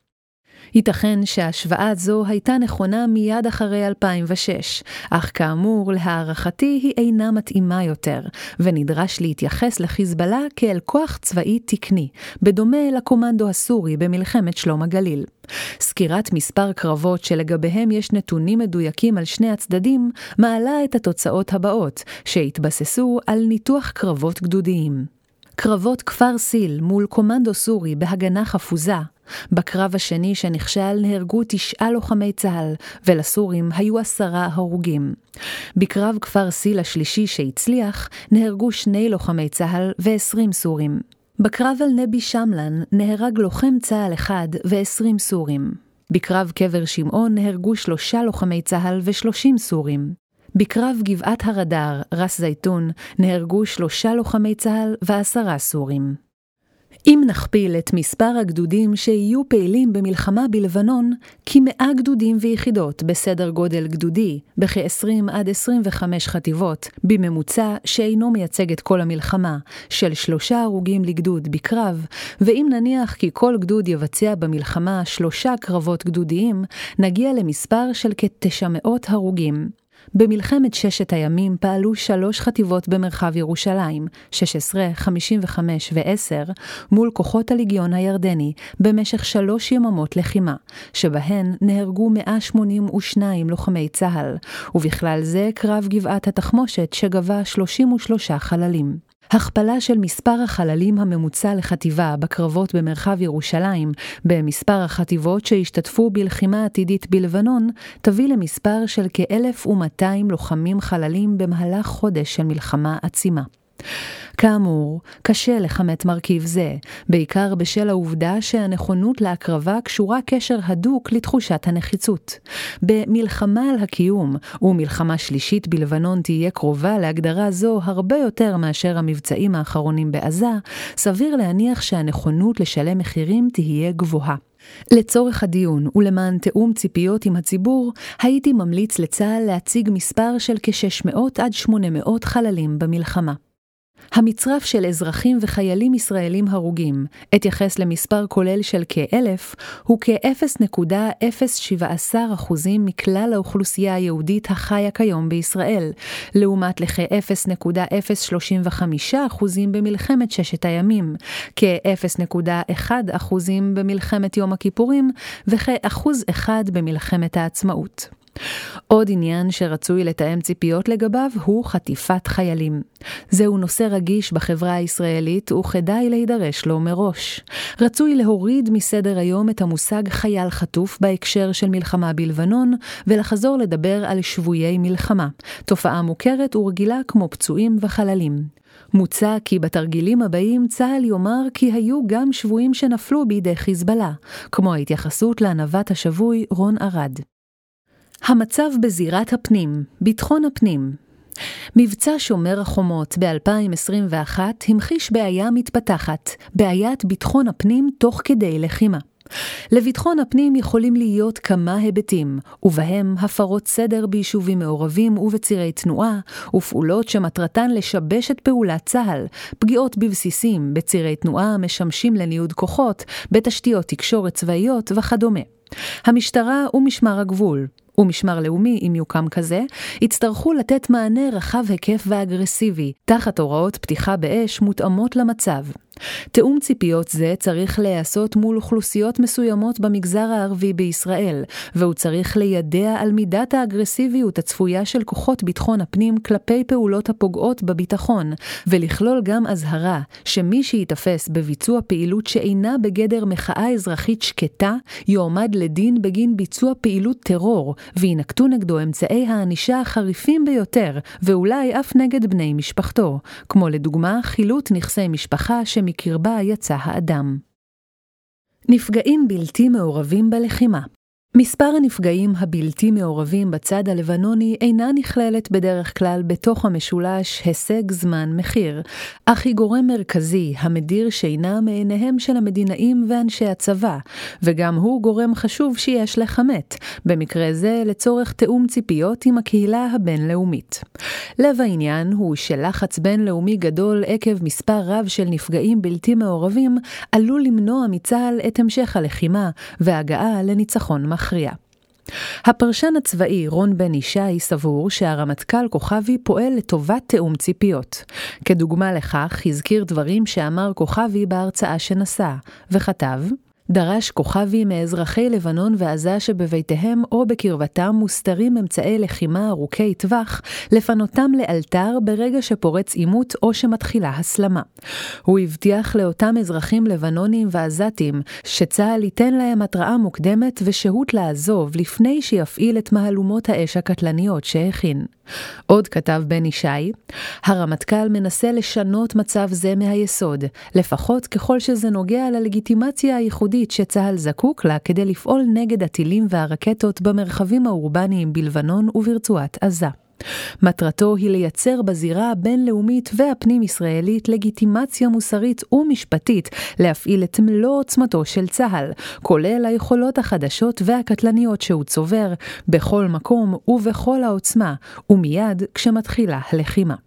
ייתכן שההשוואה זו הייתה נכונה מיד אחרי 2006, אך כאמור להערכתי היא אינה מתאימה יותר, ונדרש להתייחס לחיזבאללה כאל כוח צבאי תקני, בדומה לקומנדו הסורי במלחמת שלום הגליל. סקירת מספר קרבות שלגביהם יש נתונים מדויקים על שני הצדדים, מעלה את התוצאות הבאות, שהתבססו על ניתוח קרבות גדודיים. קרבות כפר סיל מול קומנדו סורי בהגנה חפוזה. בקרב השני שנכשל נהרגו 9 לוחמי צה"ל, ולסורים היו 10 הרוגים. בקרב כפר סיל השלישי שהצליח, נהרגו 2 לוחמי צה"ל ו20 סורים. בקרב על נבי שמלן נהרג לוחם צה"ל 1 ו20 סורים. בקרב קבר שמעון נהרגו 3 לוחמי צה"ל ו30 סורים. בקרב גבעת הרדאר, רס זייתון, נהרגו 3 לוחמי צה"ל ו10 סורים. אם נכפיל את מספר הגדודים שיהיו פעילים במלחמה בלבנון, כ100 גדודים ויחידות בסדר גודל גדודי, בכ-20 עד 25 חטיבות, בממוצע שאינו מייצג את כל המלחמה, של 3 הרוגים לגדוד בקרב, ואם נניח כי כל גדוד יבצע במלחמה 3 קרבות גדודיים, נגיע למספר של כ-900 הרוגים. במלחמת ששת הימים פעלו 3 חטיבות במרחב ירושלים, 16, 55 ו-10, מול כוחות הליגיון הירדני, במשך 3 יממות לחימה, שבהן נהרגו 182 לוחמי צה"ל, ובכלל זה קרב גבעת התחמושת שגבה 33 חללים. הכפלה של מספר החללים הממוצע לחטיבה בקרבות במרחב ירושלים במספר החטיבות שהשתתפו בלחימה עתידית בלבנון תביא למספר של כ-1,200 לוחמים חללים במהלך חודש של מלחמה עצימה. כאמור, קשה לכמת מרכיב זה, בעיקר בשל העובדה שהנכונות להקרבה קשורה קשר הדוק לתחושת הנחיצות. במלחמה על הקיום, ומלחמה שלישית בלבנון תהיה קרובה להגדרה זו הרבה יותר מאשר המבצעים האחרונים בעזה, סביר להניח שהנכונות לשלם מחירים תהיה גבוהה. לצורך הדיון ולמען תאום ציפיות עם הציבור, הייתי ממליץ לצה"ל להציג מספר של כ-600 עד 800 חללים במלחמה. המצרף של אזרחים וחיילים ישראלים הרוגים, התייחס למספר כולל של כ-1,000, הוא כ-0.017% מכלל האוכלוסייה היהודית החיה כיום בישראל, לעומת לכ-0.035% במלחמת ששת הימים, כ-0.1% במלחמת יום הכיפורים, וכ-1% במלחמת העצמאות. עוד עניין שרצוי לתאם ציפיות לגביו הוא חטיפת חיילים. זהו נושא רגיש בחברה הישראלית וכדאי להידרש לו מראש. רצוי להוריד מסדר היום את המושג חייל חטוף בהקשר של מלחמה בלבנון ולחזור לדבר על שבויי מלחמה, תופעה מוכרת ורגילה כמו פצועים וחללים. מוצע כי בתרגילים הבאים צה"ל יאמר כי היו גם שבויים שנפלו בידי חיזבאללה, כמו ההתייחסות להנהבת השבוי רון ארד. המצב בזירת הפנים, ביטחון הפנים. מבצע שומר החומות ב-2021 המחיש בעיה מתפתחת, בעיית ביטחון הפנים תוך כדי לחימה. לביטחון הפנים יכולים להיות כמה היבטים, ובהם הפרות סדר ביישובים מעורבים ובצירי תנועה, ופעולות שמטרתן לשבש את פעולת צה"ל, פגיעות בבסיסים, בצירי תנועה משמשים לניוד כוחות, בתשתיות תקשורת צבאיות וכדומה. המשטרה ומשמר הגבול, ומשמר לאומי, אם יוקם כזה, יצטרכו לתת מענה רחב היקף ואגרסיבי, תחת הוראות פתיחה באש מותאמות למצב. תאום ציפיות זה צריך להיעשות מול אוכלוסיות מסוימות במגזר הערבי בישראל, והוא צריך לידע על מידת האגרסיביות הצפויה של כוחות ביטחון הפנים כלפי פעולות הפוגעות בביטחון, ולכלול גם הזהרה שמי שיתפס בביצוע פעילות שאינה בגדר מחאה אזרחית שקטה, יועמד לדין בגין ביצוע פעילות טרור, וינקטו נגדו אמצעי הענישה החריפים ביותר, ואולי אף נגד בני משפחתו, כמו לדוגמה חילוט נכסי משפחה מקרבה יצא האדם. נפגעים בלתי מעורבים בלחימה. מספר הנפגעים הבלתי מעורבים בצד הלבנוני אינה נכללת בדרך כלל בתוך המשולש הישג זמן מחיר, אך היא גורם מרכזי המדיר שינה מעיניהם של המדינאים ואנשי הצבא, וגם הוא גורם חשוב שיש לכמת, במקרה זה לצורך תאום ציפיות עם הקהילה הבינלאומית. לב העניין הוא שלחץ בינלאומי גדול עקב מספר רב של נפגעים בלתי מעורבים עלול למנוע מצה"ל את המשך הלחימה והגעה לניצחון מכריע. הפרשן הצבאי רון בן ישי סבור שהרמטכ"ל כוכבי פועל לטובת תאום ציפיות. כדוגמה לכך הזכיר דברים שאמר כוכבי בהרצאה שנשא, וכתב: דרש כוכבי מאזרחי לבנון ועזה שבביתיהם או בקרבתם מוסתרים אמצעי לחימה ארוכי טווח, לפנותם לאלתר ברגע שפורץ עימות או שמתחילה הסלמה. הוא הבטיח לאותם אזרחים לבנונים ועזתים שצה"ל ייתן להם התראה מוקדמת ושהות לעזוב לפני שיפעיל את מהלומות האש הקטלניות שהכין. עוד כתב בן ישי, הרמטכ"ל מנסה לשנות מצב זה מהיסוד, לפחות ככל שזה נוגע ללגיטימציה הייחודית שצה"ל זקוק לה כדי לפעול נגד הטילים והרקטות במרחבים האורבניים בלבנון וברצועת עזה. מטרתו היא לייצר בזירה הבינלאומית והפנים ישראלית לגיטימציה מוסרית ומשפטית להפעיל את מלוא עוצמתו של צה"ל, כולל היכולות החדשות והקטלניות שהוא צובר בכל מקום ובכל העוצמה, ומיד כשמתחילה הלחימה.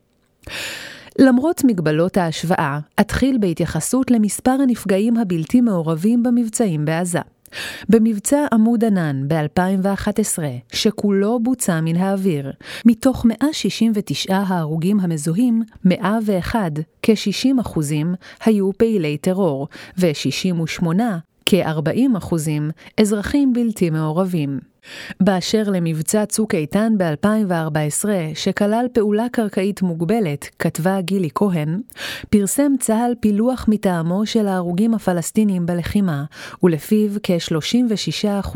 למרות מגבלות ההשוואה, אתחיל בהתייחסות למספר הנפגעים הבלתי מעורבים במבצעים בעזה. במבצע עמוד ענן ב-2011, שכולו בוצע מן האוויר, מתוך 169 ההרוגים המזוהים, 101, כ-60%, היו פעילי טרור, ו-68, כ-40%, אזרחים בלתי מעורבים. באשר למבצע צוק איתן ב-2014, שכלל פעולה קרקעית מוגבלת, כתבה גילי כהן, פרסם צה"ל פילוח מטעמו של ההרוגים הפלסטינים בלחימה, ולפיו כ-36%,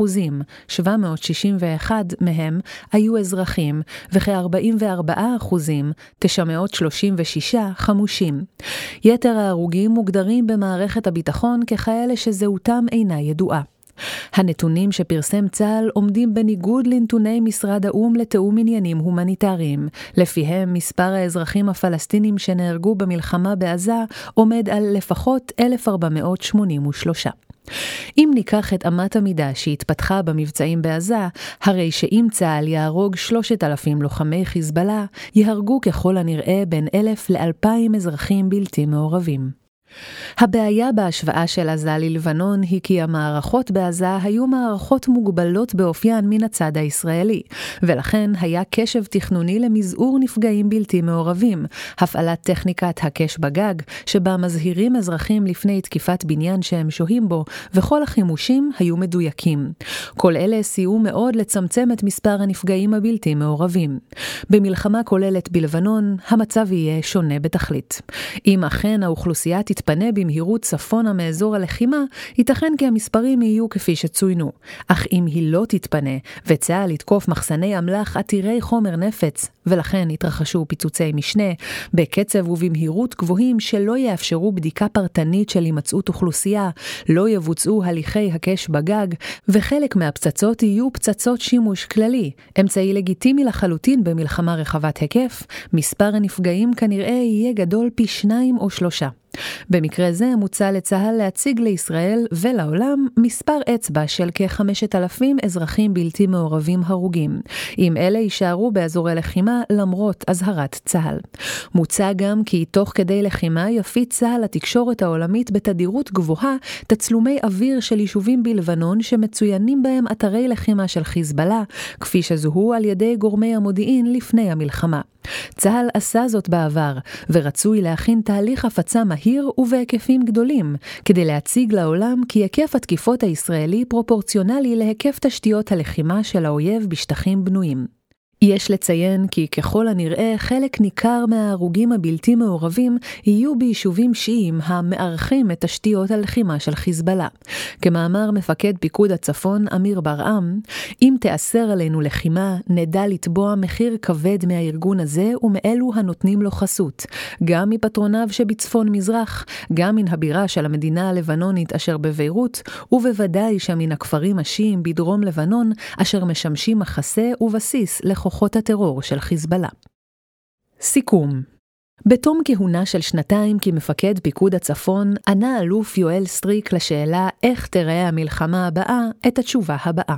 761 מהם, היו אזרחים, וכ-44%, 936 חמושים. יתר ההרוגים מוגדרים במערכת הביטחון ככאלה שזהותם אינה ידועה. הנתונים שפרסם צה"ל עומדים בניגוד לנתוני משרד האו"ם לתאום עניינים הומניטריים, לפיהם מספר האזרחים הפלסטינים שנהרגו במלחמה בעזה עומד על לפחות 1,483. אם ניקח את אמת המידה שהתפתחה במבצעים בעזה, הרי שאם צה"ל יהרוג 3,000 לוחמי חיזבאללה, יהרגו ככל הנראה בין 1,000 ל-2,000 אזרחים בלתי מעורבים. הבעיה בהשוואה של עזה ללבנון היא כי המערכות בעזה היו מערכות מוגבלות באופיין מן הצד הישראלי, ולכן היה קשב תכנוני למזעור נפגעים בלתי מעורבים, הפעלת טכניקת הקש בגג, שבה מזהירים אזרחים לפני תקיפת בניין שהם שוהים בו, וכל החימושים היו מדויקים. כל אלה סייעו מאוד לצמצם את מספר הנפגעים הבלתי מעורבים. במלחמה כוללת בלבנון, המצב יהיה שונה בתכלית. אם אכן האוכלוסייה תתפנה במהירות צפונה מאזור הלחימה, ייתכן כי המספרים יהיו כפי שצוינו. אך אם היא לא תתפנה, וצה"ל יתקוף מחסני אמל"ח עתירי חומר נפץ, ולכן יתרחשו פיצוצי משנה, בקצב ובמהירות גבוהים שלא יאפשרו בדיקה פרטנית של הימצאות אוכלוסייה, לא יבוצעו הליכי הקש בגג, וחלק מהפצצות יהיו פצצות שימוש כללי, אמצעי לגיטימי לחלוטין במלחמה רחבת היקף, מספר הנפגעים כנראה יהיה גדול פי 2 או 3. במקרה זה מוצע לצה"ל להציג לישראל ולעולם מספר אצבע של כ-5,000 אזרחים בלתי מעורבים הרוגים, אם אלה יישארו באזורי לחימה למרות אזהרת צה"ל. מוצע גם כי תוך כדי לחימה יפיץ צה"ל לתקשורת העולמית בתדירות גבוהה תצלומי אוויר של יישובים בלבנון שמצוינים בהם אתרי לחימה של חיזבאללה, כפי שזוהו על ידי גורמי המודיעין לפני המלחמה. צה"ל עשה זאת בעבר, ורצוי להכין תהליך הפצה מהיר ובהיקפים גדולים, כדי להציג לעולם כי היקף התקיפות הישראלי פרופורציונלי להיקף תשתיות הלחימה של האויב בשטחים בנויים. יש לציין כי ככל הנראה חלק ניכר מההרוגים הבלתי מעורבים יהיו ביישובים שיעים המארחים את תשתיות הלחימה של חיזבאללה. כמאמר מפקד פיקוד הצפון אמיר ברעם, אם תאסר עלינו לחימה, נדע לתבוע מחיר כבד מהארגון הזה ומאלו הנותנים לו חסות, גם מפטרוניו שבצפון מזרח, גם מן הבירה של המדינה הלבנונית אשר בביירות, ובוודאי שמן הכפרים השיעים בדרום לבנון, אשר משמשים מחסה ובסיס לכוחות הטרור של חיזבאללה. סיכום. בתום כהונה של 2 כמפקד פיקוד הצפון, ענה אלוף יואל סטריק לשאלה איך תראה המלחמה הבאה את התשובה הבאה.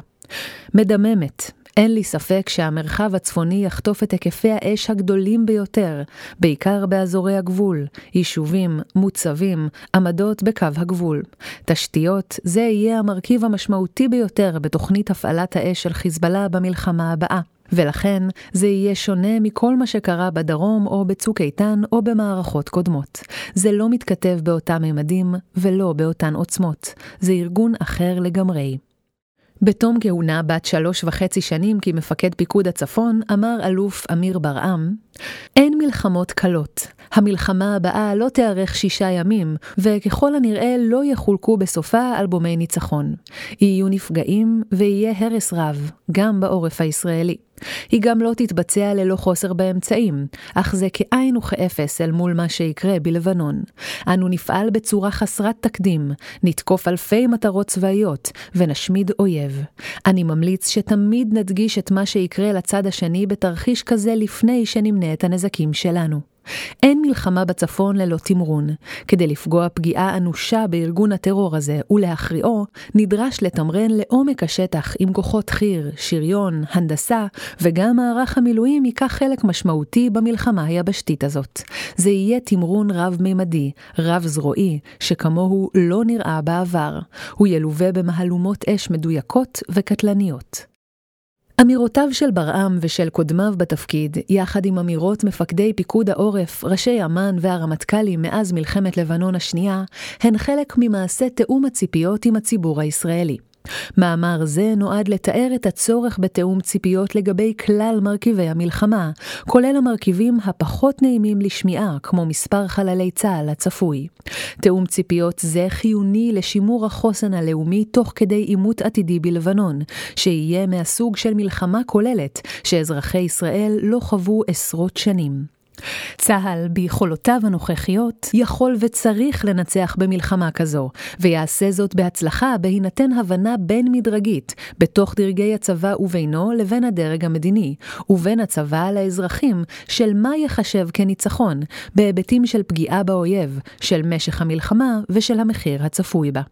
מדממת. אין לי ספק שהמרחב הצפוני יחטוף את היקפי האש הגדולים ביותר, בעיקר באזורי הגבול, יישובים, מוצבים, עמדות בקו הגבול. תשתיות, זה יהיה המרכיב המשמעותי ביותר בתוכנית הפעלת האש של חיזבאללה במלחמה הבאה. ולכן זה יהיה שונה מכל מה שקרה בדרום או בצוק איתן או במערכות קודמות. זה לא מתכתב באותם ממדים ולא באותן עוצמות. זה ארגון אחר לגמרי. בתום כהונה בת 3.5 שנים כמפקד פיקוד הצפון, אמר אלוף אמיר ברעם, אין מלחמות קלות. המלחמה הבאה לא תארך 6 ימים, וככל הנראה לא יחולקו בסופה אלבומי ניצחון. יהיו נפגעים ויהיה הרס רב, גם בעורף הישראלי. היא גם לא תתבצע ללא חוסר באמצעים, אך זה כאין וכאפס אל מול מה שיקרה בלבנון. אנו נפעל בצורה חסרת תקדים, נתקוף אלפי מטרות צבאיות ונשמיד אויב. אני ממליץ שתמיד נדגיש את מה שיקרה לצד השני בתרחיש כזה לפני שנמנה את הנזקים שלנו. אין מלחמה בצפון ללא תמרון. כדי לפגוע פגיעה אנושה בארגון הטרור הזה ולהכריעו, נדרש לתמרן לעומק השטח עם כוחות חי"ר, שריון, הנדסה, וגם מערך המילואים ייקח חלק משמעותי במלחמה היבשתית הזאת. זה יהיה תמרון רב-מימדי, רב-זרועי, שכמוהו לא נראה בעבר. הוא ילווה במהלומות אש מדויקות וקטלניות. אמירותיו של ברעם ושל קודמיו בתפקיד, יחד עם אמירות מפקדי פיקוד העורף, ראשי אמ"ן והרמטכ"לים מאז מלחמת לבנון השנייה, הן חלק ממעשה תאום הציפיות עם הציבור הישראלי. מאמר זה נועד לתאר את הצורך בתאום ציפיות לגבי כלל מרכיבי המלחמה, כולל המרכיבים הפחות נעימים לשמיעה, כמו מספר חללי צה"ל הצפוי. תאום ציפיות זה חיוני לשימור החוסן הלאומי תוך כדי עימות עתידי בלבנון, שיהיה מהסוג של מלחמה כוללת, שאזרחי ישראל לא חוו עשרות שנים. צה"ל ביכולותיו הנוכחיות יכול וצריך לנצח במלחמה כזו, ויעשה זאת בהצלחה בהינתן הבנה בין מדרגית, בתוך דרגי הצבא ובינו לבין הדרג המדיני, ובין הצבא לאזרחים של מה יחשב כניצחון, בהיבטים של פגיעה באויב, של משך המלחמה ושל המחיר הצפוי בה.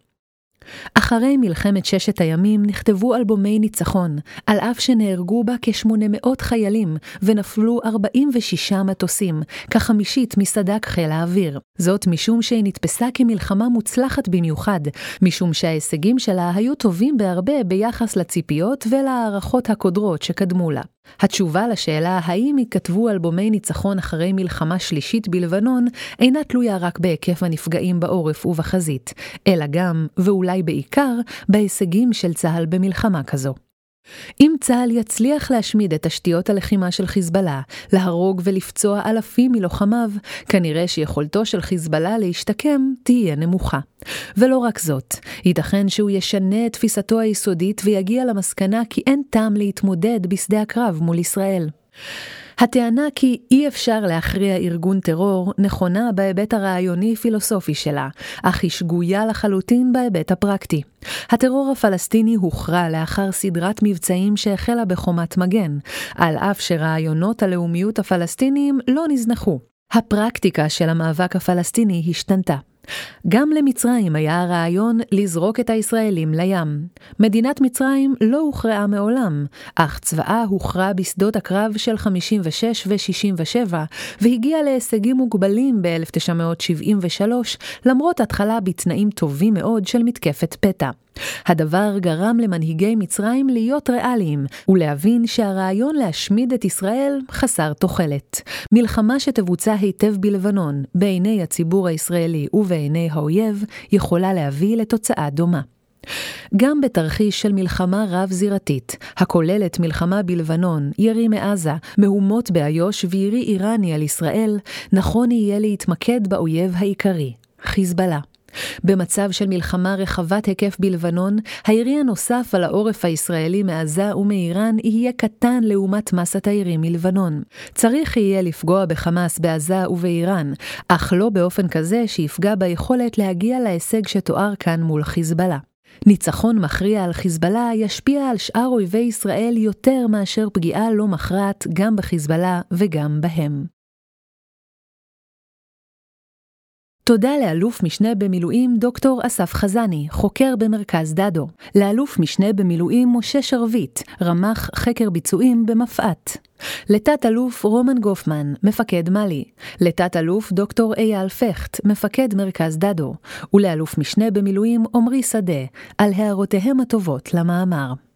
אחרי מלחמת ששת הימים נכתבו אלבומי ניצחון, על אף שנהרגו בה כ-800 חיילים ונפלו 46 מטוסים, כ50 מסד"כ חיל האוויר. זאת משום שהיא נתפסה כמלחמה מוצלחת במיוחד, משום שההישגים שלה היו טובים בהרבה ביחס לציפיות ולהערכות הקודרות שקדמו לה. התשובה לשאלה האם ייכתבו אלבומי ניצחון אחרי מלחמה שלישית בלבנון אינה תלויה רק בהיקף הנפגעים בעורף ובחזית, אלא גם, ואולי בעיקר, בהישגים של צה"ל במלחמה כזו. אם צה"ל יצליח להשמיד את תשתיות הלחימה של חיזבאללה, להרוג ולפצוע אלפים מלוחמיו, כנראה שיכולתו של חיזבאללה להשתקם תהיה נמוכה. ולא רק זאת, ייתכן שהוא ישנה את תפיסתו היסודית ויגיע למסקנה כי אין טעם להתמודד בשדה הקרב מול ישראל. הטענה כי אי אפשר להכריע ארגון טרור נכונה בהיבט הרעיוני-פילוסופי שלה, אך היא שגויה לחלוטין בהיבט הפרקטי. הטרור הפלסטיני הוכרע לאחר סדרת מבצעים שהחלה בחומת מגן, על אף שרעיונות הלאומיות הפלסטיניים לא נזנחו. הפרקטיקה של המאבק הפלסטיני השתנתה. גם למצרים היה הרעיון לזרוק את הישראלים לים. מדינת מצרים לא הוכרעה מעולם, אך צבאה הוכרע בשדות הקרב של 56 ו-67, והגיע להישגים מוגבלים ב-1973, למרות התחלה בתנאים טובים מאוד של מתקפת פתע. הדבר גרם למנהיגי מצרים להיות ריאליים, ולהבין שהרעיון להשמיד את ישראל חסר תוחלת. מלחמה שתבוצע היטב בלבנון, בעיני הציבור הישראלי ובעיני האויב, יכולה להביא לתוצאה דומה. גם בתרחיש של מלחמה רב-זירתית, הכוללת מלחמה בלבנון, ירי מעזה, מהומות באיו"ש וירי איראני על ישראל, נכון יהיה להתמקד באויב העיקרי, חיזבאללה. במצב של מלחמה רחבת היקף בלבנון, הירי הנוסף על העורף הישראלי מעזה ומאיראן יהיה קטן לעומת מסת הירי מלבנון. צריך יהיה לפגוע בחמאס בעזה ובאיראן, אך לא באופן כזה שיפגע ביכולת להגיע להישג שתואר כאן מול חיזבאללה. ניצחון מכריע על חיזבאללה ישפיע על שאר אויבי ישראל יותר מאשר פגיעה לא מכרעת גם בחיזבאללה וגם בהם. תודה לאלוף משנה במילואים דוקטור אסף חזני, חוקר במרכז דדו. לאלוף משנה במילואים משה שרביט, רמ"ח חקר ביצועים במפעת. לתת אלוף רומן גופמן, מפקד מלי. לתת אלוף דוקטור אייל פכט, מפקד מרכז דדו. ולאלוף משנה במילואים עמרי שדה, על הערותיהם הטובות למאמר.